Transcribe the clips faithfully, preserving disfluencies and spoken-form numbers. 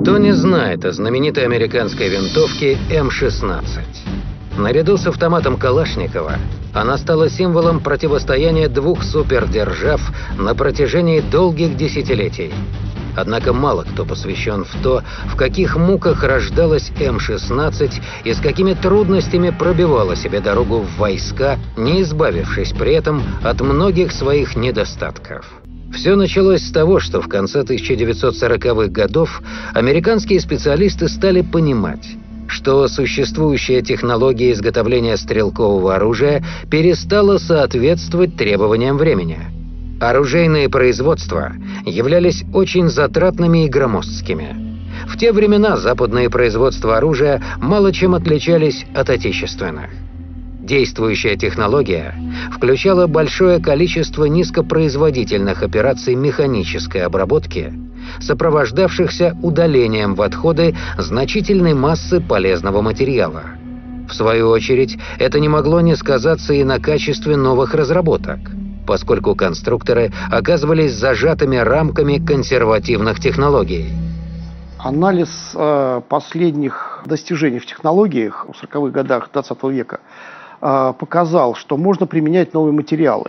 Кто не знает о знаменитой американской винтовке эм шестнадцать? Наряду с автоматом Калашникова она стала символом противостояния двух супердержав на протяжении долгих десятилетий. Однако мало кто посвящен в то, в каких муках рождалась эм шестнадцать и с какими трудностями пробивала себе дорогу в войска, не избавившись при этом от многих своих недостатков. Все началось с того, что в конце тысяча девятьсот сороковых годов американские специалисты стали понимать, что существующая технология изготовления стрелкового оружия перестала соответствовать требованиям времени. Оружейные производства являлись очень затратными и громоздкими. В те времена западные производства оружия мало чем отличались от отечественных. Действующая технология включала большое количество низкопроизводительных операций механической обработки, сопровождавшихся удалением в отходы значительной массы полезного материала. В свою очередь, это не могло не сказаться и на качестве новых разработок, поскольку конструкторы оказывались зажатыми рамками консервативных технологий. Анализ э, последних достижений в технологиях в сороковых годах двадцатого века э, показал, что можно применять новые материалы.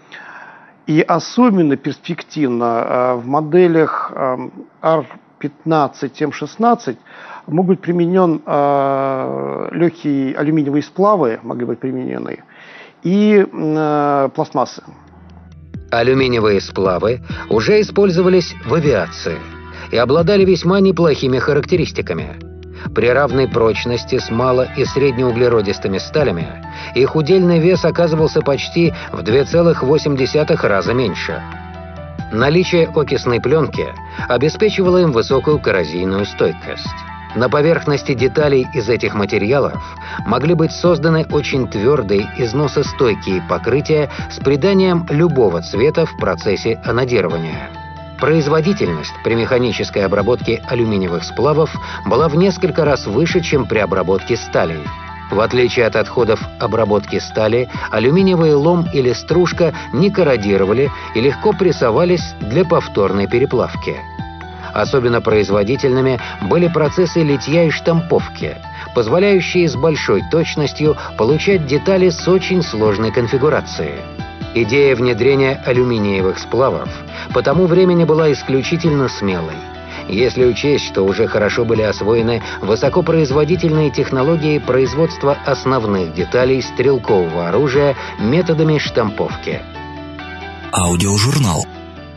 И особенно перспективно э, в моделях э, ар пятнадцать эм шестнадцать могут быть применен э, легкие алюминиевые сплавы, могли быть применены, и э, пластмассы. Алюминиевые сплавы уже использовались в авиации и обладали весьма неплохими характеристиками. При равной прочности с мало- и среднеуглеродистыми сталями их удельный вес оказывался почти в два целых восемь десятых раза меньше. Наличие окисной пленки обеспечивало им высокую коррозийную стойкость. На поверхности деталей из этих материалов могли быть созданы очень твердые, износостойкие покрытия с приданием любого цвета в процессе анодирования. Производительность при механической обработке алюминиевых сплавов была в несколько раз выше, чем при обработке сталей. В отличие от отходов обработки стали, алюминиевый лом или стружка не корродировали и легко прессовались для повторной переплавки. Особенно производительными были процессы литья и штамповки, позволяющие с большой точностью получать детали с очень сложной конфигурацией. Идея внедрения алюминиевых сплавов по тому времени была исключительно смелой. Если учесть, что уже хорошо были освоены высокопроизводительные технологии производства основных деталей стрелкового оружия методами штамповки. Аудиожурнал.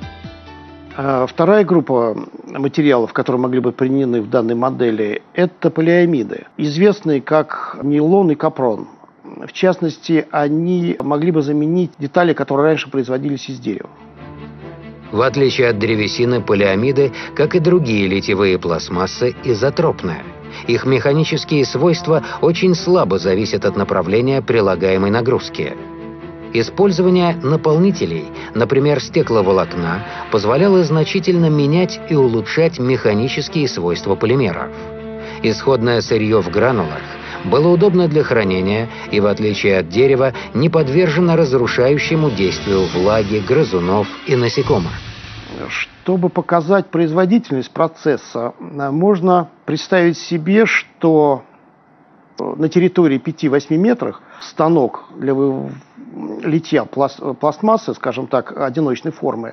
Вторая группа материалов, которые могли быть применены в данной модели, это полиамиды, известные как нейлон и капрон. В частности, они могли бы заменить детали, которые раньше производились из дерева. В отличие от древесины, полиамиды, как и другие литьевые пластмассы, изотропны. Их механические свойства очень слабо зависят от направления прилагаемой нагрузки. Использование наполнителей, например, стекловолокна, позволяло значительно менять и улучшать механические свойства полимеров. Исходное сырье в гранулах было удобно для хранения и, в отличие от дерева, не подвержено разрушающему действию влаги, грызунов и насекомых. Чтобы показать производительность процесса, можно представить себе, что на территории пяти-восьми метров станок для литья пластмассы, скажем так, одиночной формы,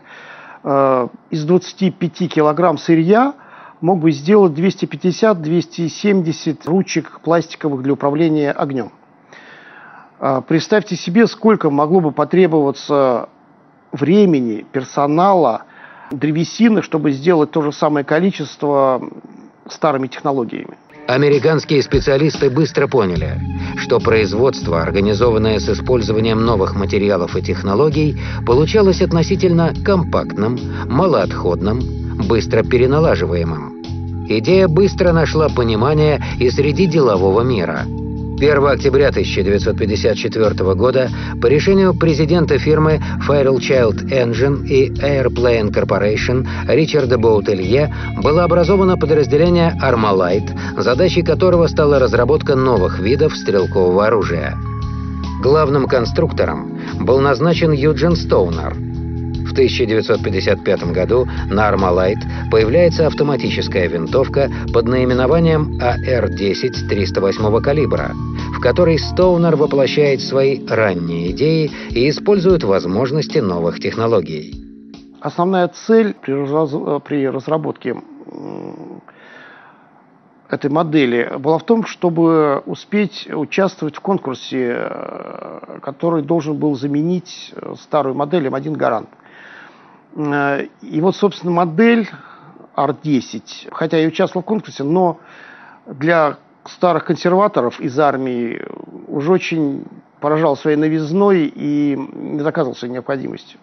из двадцати пяти килограмм сырья мог бы сделать двести пятьдесят - двести семьдесят ручек пластиковых для управления огнем. Представьте себе, сколько могло бы потребоваться времени, персонала, древесины, чтобы сделать то же самое количество старыми технологиями. Американские специалисты быстро поняли, что производство, организованное с использованием новых материалов и технологий, получалось относительно компактным, малоотходным, быстро переналаживаемым. Идея быстро нашла понимание и среди делового мира. первого октября тысяча девятьсот пятьдесят четвёртого года по решению президента фирмы Fairchild Engine и Airplane Corporation Ричарда Боутелье было образовано подразделение Armalite, задачей которого стала разработка новых видов стрелкового оружия. Главным конструктором был назначен Юджин Стоунер. В тысяча девятьсот пятьдесят пятом году на Армалайт появляется автоматическая винтовка под наименованием А Р десять триста восьмого калибра, в которой Стоунер воплощает свои ранние идеи и использует возможности новых технологий. Основная цель при, раз, при разработке этой модели была в том, чтобы успеть участвовать в конкурсе, который должен был заменить старую модель М один Гарант. И вот, собственно, модель Ар десять, хотя и участвовала в конкурсе, но для старых консерваторов из армии уже очень поражал своей новизной и не доказывал своей необходимостью.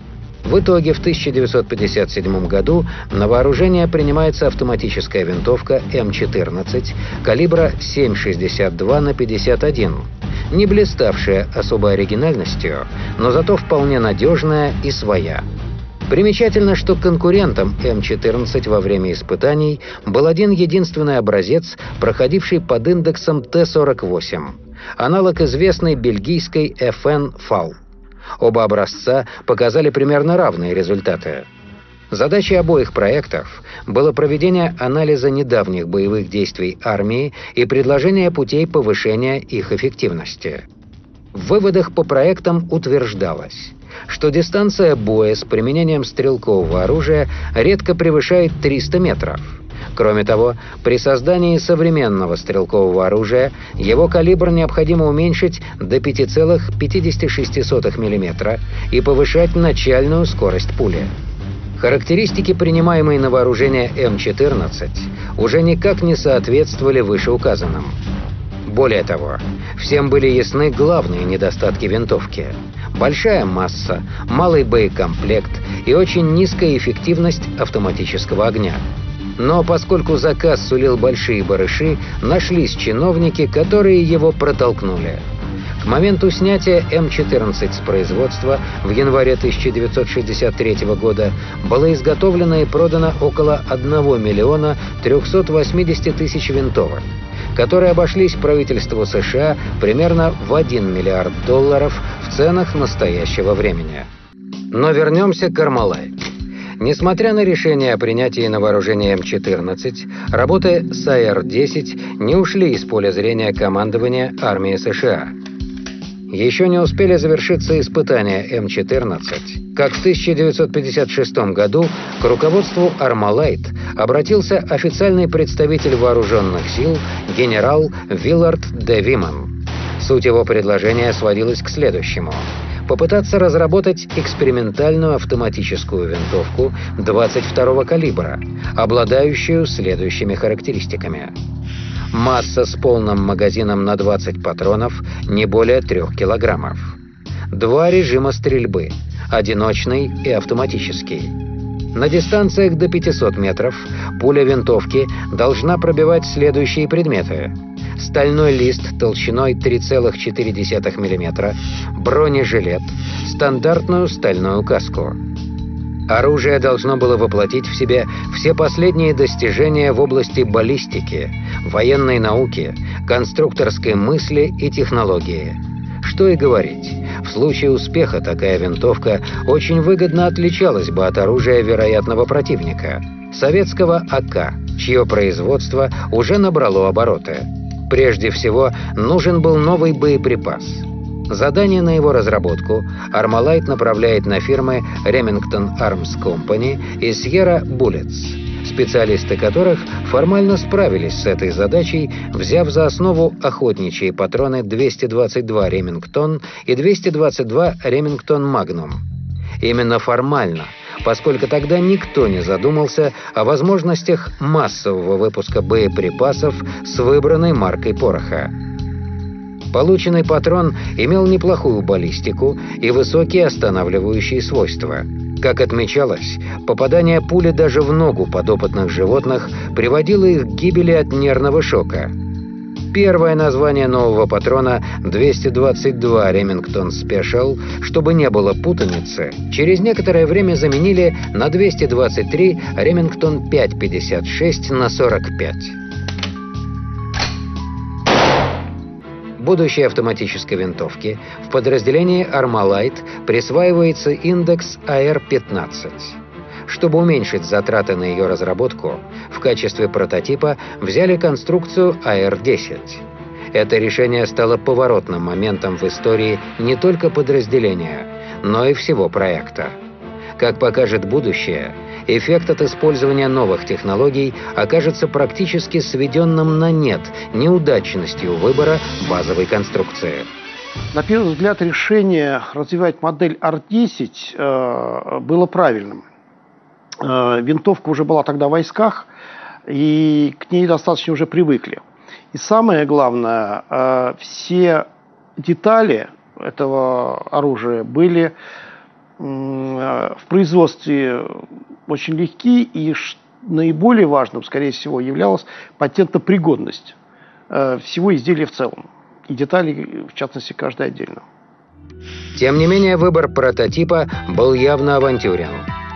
В итоге в тысяча девятьсот пятьдесят седьмом году на вооружение принимается автоматическая винтовка М четырнадцать калибра семь шестьдесят два на пятьдесят один, не блиставшая особой оригинальностью, но зато вполне надежная и своя. Примечательно, что конкурентом М четырнадцать во время испытаний был один единственный образец, проходивший под индексом Т сорок восемь, аналог известной бельгийской Ф Н Фал. Оба образца показали примерно равные результаты. Задачей обоих проектов было проведение анализа недавних боевых действий армии и предложение путей повышения их эффективности. В выводах по проектам утверждалось, что дистанция боя с применением стрелкового оружия редко превышает триста метров. Кроме того, при создании современного стрелкового оружия его калибр необходимо уменьшить до пяти целых пятидесяти шести сотых миллиметра и повышать начальную скорость пули. Характеристики, принимаемые на вооружение М четырнадцать, уже никак не соответствовали вышеуказанным. Более того, всем были ясны главные недостатки винтовки: большая масса, малый боекомплект и очень низкая эффективность автоматического огня. Но поскольку заказ сулил большие барыши, нашлись чиновники, которые его протолкнули. К моменту снятия М четырнадцать с производства в январе тысяча девятьсот шестьдесят третьего года было изготовлено и продано около одного миллиона трехсот восьмидесяти тысяч винтовок, которые обошлись правительству США примерно в один миллиард долларов в ценах настоящего времени. Но вернемся к Армалайт. Несмотря на решение о принятии на вооружение М четырнадцать, работы с А Р десять не ушли из поля зрения командования армии США. Еще не успели завершиться испытания М четырнадцать, как в тысяча девятьсот пятьдесят шестом году к руководству Армалайт обратился официальный представитель вооруженных сил генерал Виллард Д. Виман. Суть его предложения сводилась к следующему: попытаться разработать экспериментальную автоматическую винтовку двадцать второго калибра, обладающую следующими характеристиками. Масса с полным магазином на двадцать патронов не более трёх килограммов. Два режима стрельбы – одиночный и автоматический. На дистанциях до пятисот метров пуля винтовки должна пробивать следующие предметы: стальной лист толщиной три целых четыре десятых миллиметра, бронежилет, стандартную стальную каску. Оружие должно было воплотить в себе все последние достижения в области баллистики, военной науки, конструкторской мысли и технологии. Что и говорить, в случае успеха такая винтовка очень выгодно отличалась бы от оружия вероятного противника – советского А К, чье производство уже набрало обороты. Прежде всего, нужен был новый боеприпас. Задание на его разработку Армалайт направляет на фирмы Remington Arms Company и Sierra Bullets, специалисты которых формально справились с этой задачей, взяв за основу охотничьи патроны двести двадцать два Remington и двести двадцать два Remington Magnum. Именно формально, поскольку тогда никто не задумался о возможностях массового выпуска боеприпасов с выбранной маркой пороха. Полученный патрон имел неплохую баллистику и высокие останавливающие свойства. Как отмечалось, попадание пули даже в ногу подопытных животных приводило их к гибели от нервного шока. Первое название нового патрона двести двадцать два Remington Special, чтобы не было путаницы, через некоторое время заменили на двести двадцать три Remington пять пятьдесят шесть на сорок пять. будущей автоматической винтовке в подразделении Armalite присваивается индекс А Р пятнадцать. Чтобы уменьшить затраты на ее разработку, в качестве прототипа взяли конструкцию А Р десять. Это решение стало поворотным моментом в истории не только подразделения, но и всего проекта. Как покажет будущее, эффект от использования новых технологий окажется практически сведенным на нет неудачностью выбора базовой конструкции. На первый взгляд, решение развивать модель Ар десять э, было правильным. Э, винтовка уже была тогда в войсках, и к ней достаточно уже привыкли. И самое главное, э, все детали этого оружия были э, в производстве очень легки, и наиболее важным, скорее всего, являлась патентопригодность э, всего изделия в целом. И деталей, в частности, каждой отдельно. Тем не менее, выбор прототипа был явно авантюрен.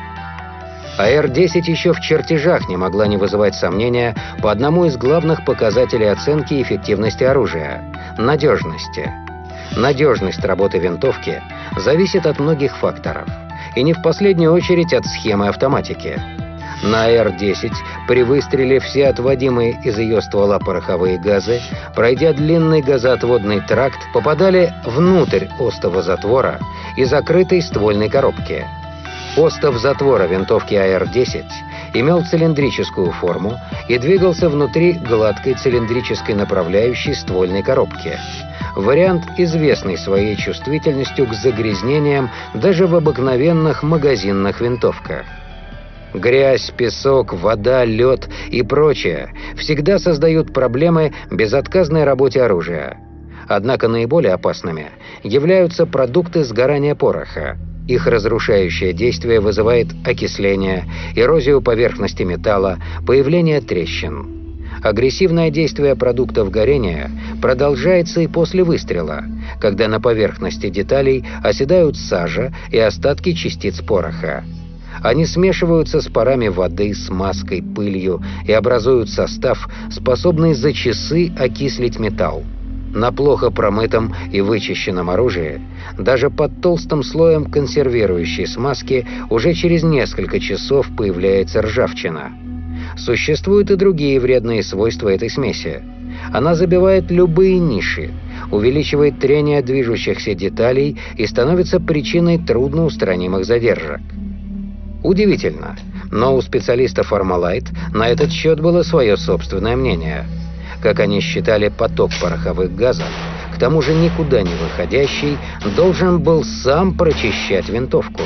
А Р десять еще в чертежах не могла не вызывать сомнения по одному из главных показателей оценки эффективности оружия – надежности. Надежность работы винтовки зависит от многих факторов, и не в последнюю очередь от схемы автоматики. На А Р десять при выстреле все отводимые из ее ствола пороховые газы, пройдя длинный газоотводный тракт, попадали внутрь остова затвора и закрытой ствольной коробки. Остов затвора винтовки А Р десять имел цилиндрическую форму и двигался внутри гладкой цилиндрической направляющей ствольной коробки. Вариант, известный своей чувствительностью к загрязнениям даже в обыкновенных магазинных винтовках. Грязь, песок, вода, лед и прочее всегда создают проблемы безотказной работе оружия. Однако наиболее опасными являются продукты сгорания пороха. Их разрушающее действие вызывает окисление, эрозию поверхности металла, появление трещин. Агрессивное действие продуктов горения продолжается и после выстрела, когда на поверхности деталей оседают сажа и остатки частиц пороха. Они смешиваются с парами воды, смазкой, пылью и образуют состав, способный за часы окислить металл. На плохо промытом и вычищенном оружии, даже под толстым слоем консервирующей смазки, уже через несколько часов появляется ржавчина. Существуют и другие вредные свойства этой смеси. Она забивает любые ниши, увеличивает трение движущихся деталей и становится причиной трудноустранимых задержек. Удивительно, но у специалистов Armalite на этот счет было свое собственное мнение. Как они считали, поток пороховых газов, к тому же никуда не выходящий, должен был сам прочищать винтовку.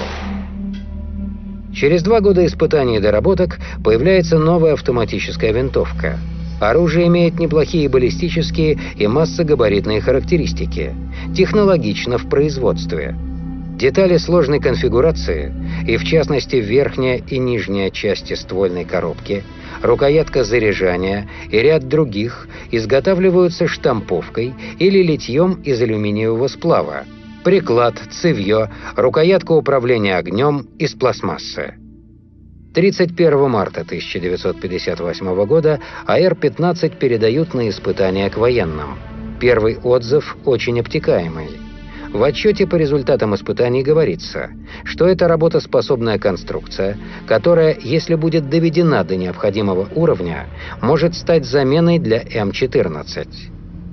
Через два года испытаний и доработок появляется новая автоматическая винтовка. Оружие имеет неплохие баллистические и массогабаритные характеристики, технологично в производстве. Детали сложной конфигурации, и в частности верхняя и нижняя части ствольной коробки, рукоятка заряжания и ряд других изготавливаются штамповкой или литьем из алюминиевого сплава, приклад, цевье, рукоятка управления огнем из пластмассы. тридцать первого марта тысяча девятьсот пятьдесят восьмого года А Р пятнадцать передают на испытания к военным. Первый отзыв очень обтекаемый. В отчете по результатам испытаний говорится, что это работоспособная конструкция, которая, если будет доведена до необходимого уровня, может стать заменой для М четырнадцать.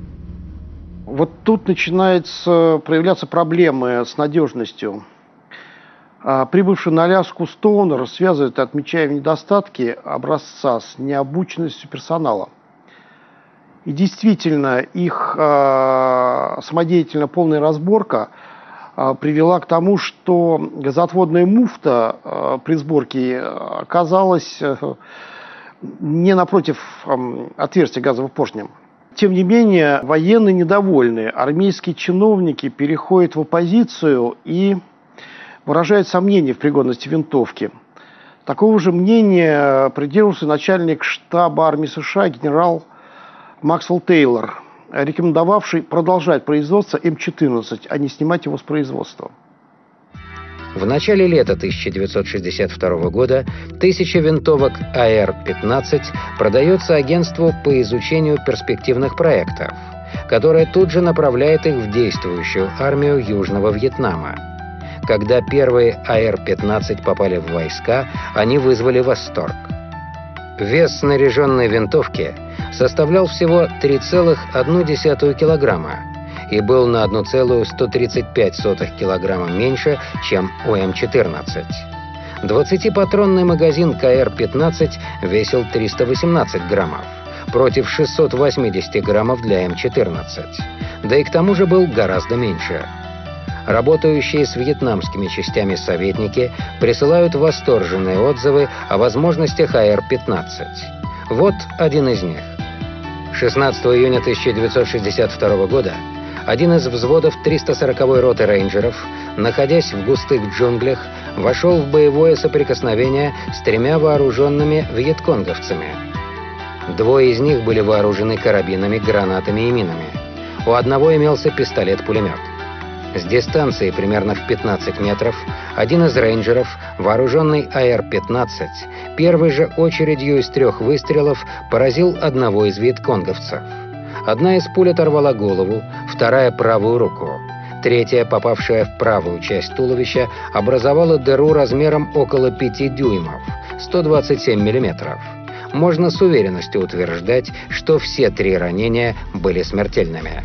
Вот тут начинаются проявляться проблемы с надежностью. Прибывший на Аляску Стоунер связывает, отмечая недостатки образца с необученностью персонала. И действительно, их э, самодеятельно полная разборка э, привела к тому, что газоотводная муфта э, при сборке оказалась э, не напротив э, отверстия газового поршня. Тем не менее, военные недовольны. Армейские чиновники переходят в оппозицию и выражают сомнения в пригодности винтовки. Такого же мнения придерживался начальник штаба армии США генерал Максвелл Тейлор, рекомендовавший продолжать производство М четырнадцать, а не снимать его с производства. В начале лета тысяча девятьсот шестьдесят второго года тысяча винтовок А Р пятнадцать продается агентству по изучению перспективных проектов, которая тут же направляет их в действующую армию Южного Вьетнама. Когда первые А Р пятнадцать попали в войска, они вызвали восторг. Вес снаряженной винтовки составлял всего три целых одну десятую килограмма и был на одну целую сто тридцать пять сотых килограмма меньше, чем у М четырнадцать. двадцатипатронный магазин К Р пятнадцать весил триста восемнадцать граммов, против шестисот восьмидесяти граммов для М четырнадцать, да и к тому же был гораздо меньше. Работающие с вьетнамскими частями советники присылают восторженные отзывы о возможностях А Р пятнадцать. Вот один из них. шестнадцатого июня тысяча девятьсот шестьдесят второго года один из взводов триста сороковой роты рейнджеров, находясь в густых джунглях, вошел в боевое соприкосновение с тремя вооруженными вьетконговцами. Двое из них были вооружены карабинами, гранатами и минами. У одного имелся пистолет-пулемет. С дистанции примерно в пятнадцать метров один из рейнджеров, вооруженный А Р пятнадцать, первой же очередью из трех выстрелов поразил одного из вьетконговцев. Одна из пуль оторвала голову, вторая — правую руку. Третья, попавшая в правую часть туловища, образовала дыру размером около пяти дюймов, сто двадцать семь миллиметров. Можно с уверенностью утверждать, что все три ранения были смертельными.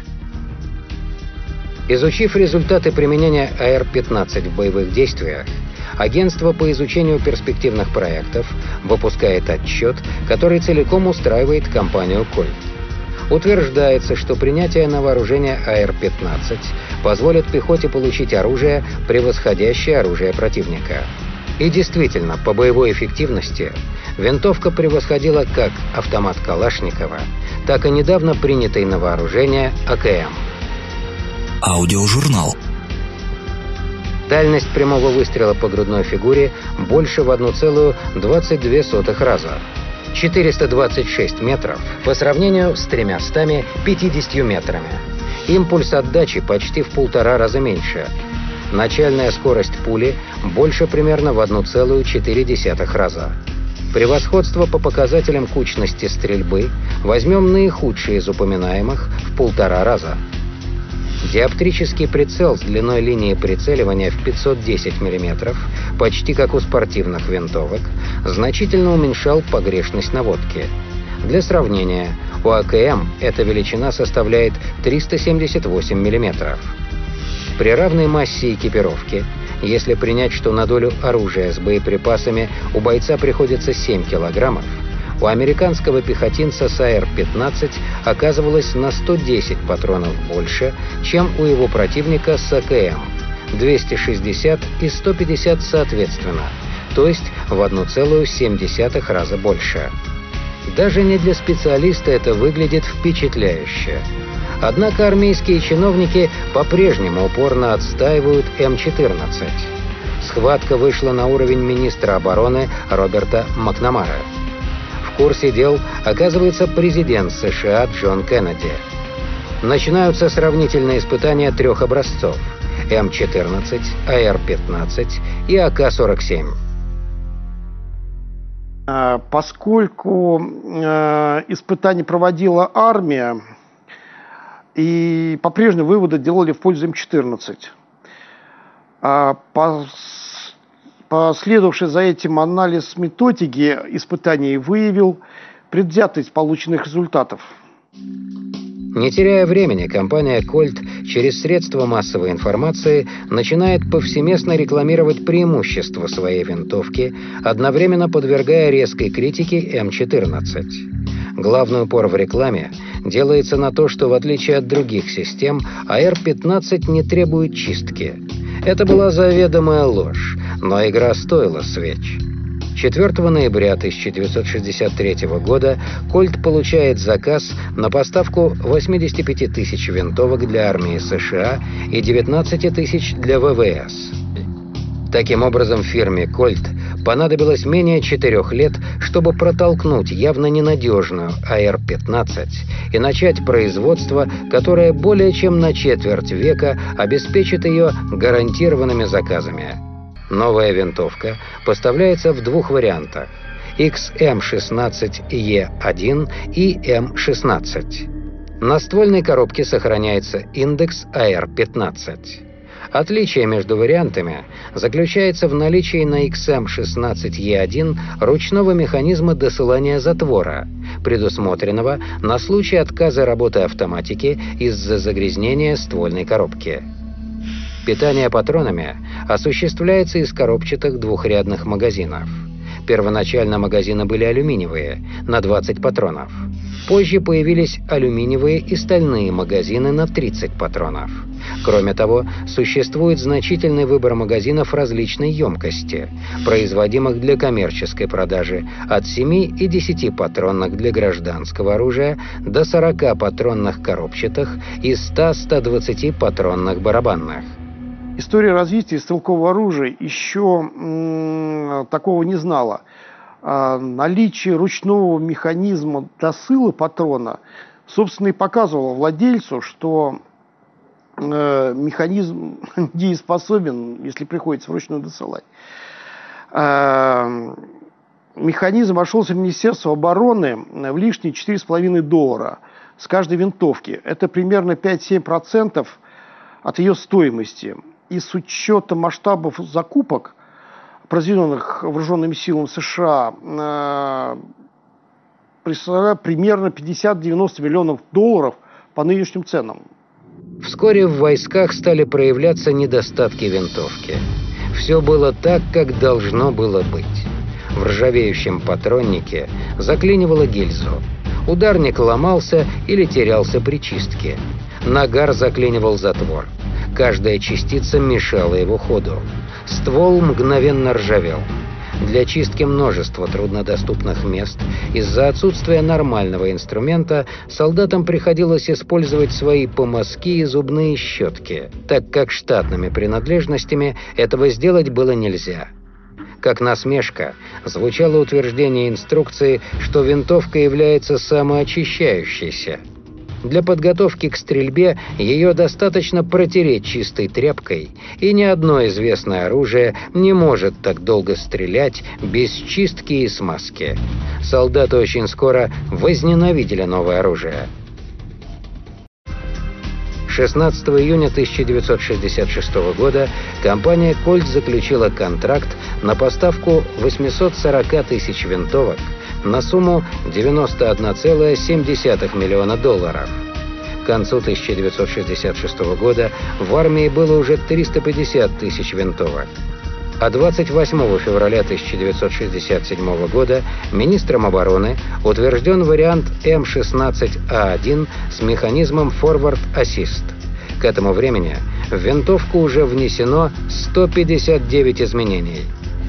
Изучив результаты применения А Р пятнадцать в боевых действиях, Агентство по изучению перспективных проектов выпускает отчет, который целиком устраивает компанию «Кольт». Утверждается, что принятие на вооружение А Р пятнадцать позволит пехоте получить оружие, превосходящее оружие противника. И действительно, по боевой эффективности винтовка превосходила как автомат Калашникова, так и недавно принятый на вооружение А К М. Аудиожурнал. Дальность прямого выстрела по грудной фигуре больше в одну целую двадцать две сотых раза. четыреста двадцать шесть метров по сравнению с тремястами пятьюдесятью метрами. Импульс отдачи почти в полтора раза меньше. Начальная скорость пули больше примерно в одну целую четыре десятых раза. Превосходство по показателям кучности стрельбы возьмем наихудшие из упоминаемых в полтора раза. Диоптрический прицел с длиной линии прицеливания в пятьсот десять миллиметров, почти как у спортивных винтовок, значительно уменьшал погрешность наводки. Для сравнения, у А К М эта величина составляет триста семьдесят восемь миллиметров. При равной массе экипировки, если принять, что на долю оружия с боеприпасами у бойца приходится семь килограммов, у американского пехотинца с А Р пятнадцать оказывалось на сто десять патронов больше, чем у его противника с А К М – двести шестьдесят и сто пятьдесят соответственно, то есть в одну целую семь десятых раза больше. Даже не для специалиста это выглядит впечатляюще. Однако армейские чиновники по-прежнему упорно отстаивают М четырнадцать. Схватка вышла на уровень министра обороны Роберта Макнамара. В курсе дел оказывается президент С Ш А Джон Кеннеди. Начинаются сравнительные испытания трех образцов – М четырнадцать, А Р пятнадцать и А К сорок семь. Поскольку э, испытания проводила армия, и по-прежнему выводы делали в пользу М четырнадцать. А по, последовавший за этим анализ методики испытаний выявил предвзятость полученных результатов. Не теряя времени, компания «Кольт» через средства массовой информации начинает повсеместно рекламировать преимущества своей винтовки, одновременно подвергая резкой критике М четырнадцать. Главный упор в рекламе делается на то, что в отличие от других систем, А Р пятнадцать не требует чистки. Это была заведомая ложь, но игра стоила свеч. четвёртого ноября тысяча девятьсот шестьдесят третьего года «Кольт» получает заказ на поставку восемьдесят пять тысяч винтовок для армии С Ш А и девятнадцать тысяч для В В С. Таким образом, фирме «Кольт» понадобилось менее четырех лет, чтобы протолкнуть явно ненадежную А Р пятнадцать и начать производство, которое более чем на четверть века обеспечит ее гарантированными заказами. Новая винтовка поставляется в двух вариантах – Икс М шестнадцать Е один и М шестнадцать. На ствольной коробке сохраняется индекс А Р пятнадцать. Отличие между вариантами заключается в наличии на Икс Эм шестнадцать Е один ручного механизма досылания затвора, предусмотренного на случай отказа работы автоматики из-за загрязнения ствольной коробки. Питание патронами осуществляется из коробчатых двухрядных магазинов. Первоначально магазины были алюминиевые, на двадцать патронов. Позже появились алюминиевые и стальные магазины на тридцать патронов. Кроме того, существует значительный выбор магазинов различной емкости, производимых для коммерческой продажи, от семи и десяти патронных для гражданского оружия до сорока патронных коробчатых и ста — ста двадцати патронных барабанных. История развития стрелкового оружия еще м, такого не знала. А, наличие ручного механизма досыла патрона, собственно, и показывало владельцу, что э, механизм дееспособен, если приходится вручную досылать. А, механизм обошелся Министерству обороны в лишние четыре с половиной доллара с каждой винтовки. Это примерно пять-семь процентов от ее стоимости. И с учетом масштабов закупок, произведенных вооруженными силами США, э, представляет примерно пятьдесят-девяносто миллионов долларов по нынешним ценам. Вскоре в войсках стали проявляться недостатки винтовки. Все было так, как должно было быть. В ржавеющем патроннике заклинивало гильзу. Ударник ломался или терялся при чистке. Нагар заклинивал затвор. Каждая частица мешала его ходу. Ствол мгновенно ржавел. Для чистки множества труднодоступных мест из-за отсутствия нормального инструмента солдатам приходилось использовать свои помазки и зубные щетки, так как штатными принадлежностями этого сделать было нельзя. Как насмешка звучало утверждение инструкции, что винтовка является самоочищающейся. Для подготовки к стрельбе ее достаточно протереть чистой тряпкой, и ни одно известное оружие не может так долго стрелять без чистки и смазки. Солдаты очень скоро возненавидели новое оружие. шестнадцатого июня тысяча девятьсот шестьдесят шестого года компания Colt заключила контракт на поставку восьмисот сорока тысяч винтовок на сумму девяносто одна целая семь десятых миллиона долларов. К концу тысяча девятьсот шестьдесят шестого года в армии было уже триста пятьдесят тысяч винтовок. А двадцать восьмого февраля тысяча девятьсот шестьдесят седьмого года министром обороны утвержден вариант Эм шестнадцать А один с механизмом Forward Assist. К этому времени в винтовку уже внесено сто пятьдесят девять изменений.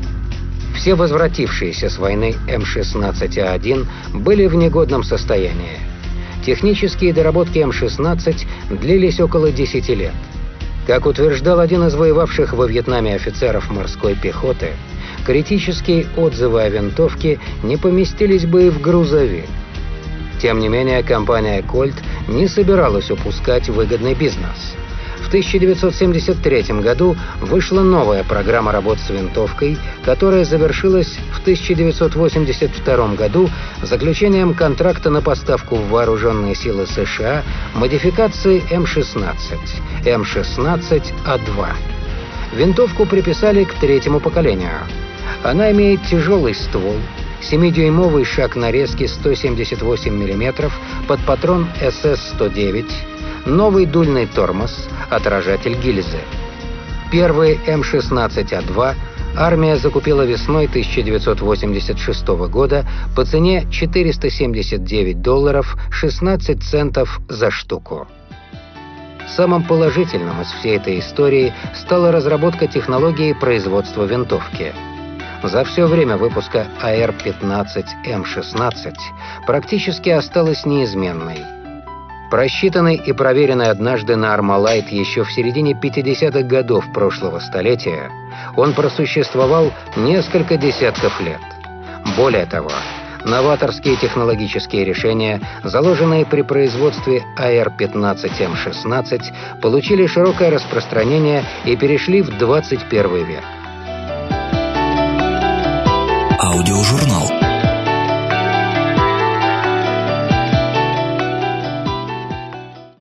Все возвратившиеся с войны Эм шестнадцать А один были в негодном состоянии. Технические доработки Эм шестнадцать длились около десяти лет. Как утверждал один из воевавших во Вьетнаме офицеров морской пехоты, критические отзывы о винтовке не поместились бы и в грузовик. Тем не менее, компания Colt не собиралась упускать выгодный бизнес. В тысяча девятьсот семьдесят третьем году вышла новая программа работ с винтовкой, которая завершилась в тысяча девятьсот восемьдесят втором году заключением контракта на поставку в вооруженные силы США модификации Эм шестнадцать, Эм шестнадцать А два. Винтовку приписали к третьему поколению. Она имеет тяжелый ствол, семидюймовый шаг нарезки сто семьдесят восемь миллиметров под патрон Эс Эс сто девять, новый дульный тормоз, отражатель гильзы. Первый Эм шестнадцать А два армия закупила весной тысяча девятьсот восемьдесят шестого года по цене четыреста семьдесят девять долларов шестнадцать центов за штуку. Самым положительным из всей этой истории стала разработка технологии производства винтовки. За все время выпуска А Р пятнадцать Эм шестнадцать практически осталась неизменной. Просчитанный и проверенный однажды на Армалайт еще в середине пятидесятых годов прошлого столетия, он просуществовал несколько десятков лет. Более того, новаторские технологические решения, заложенные при производстве А Р пятнадцать Эм шестнадцать, получили широкое распространение и перешли в двадцать первый век. Аудиожурнал.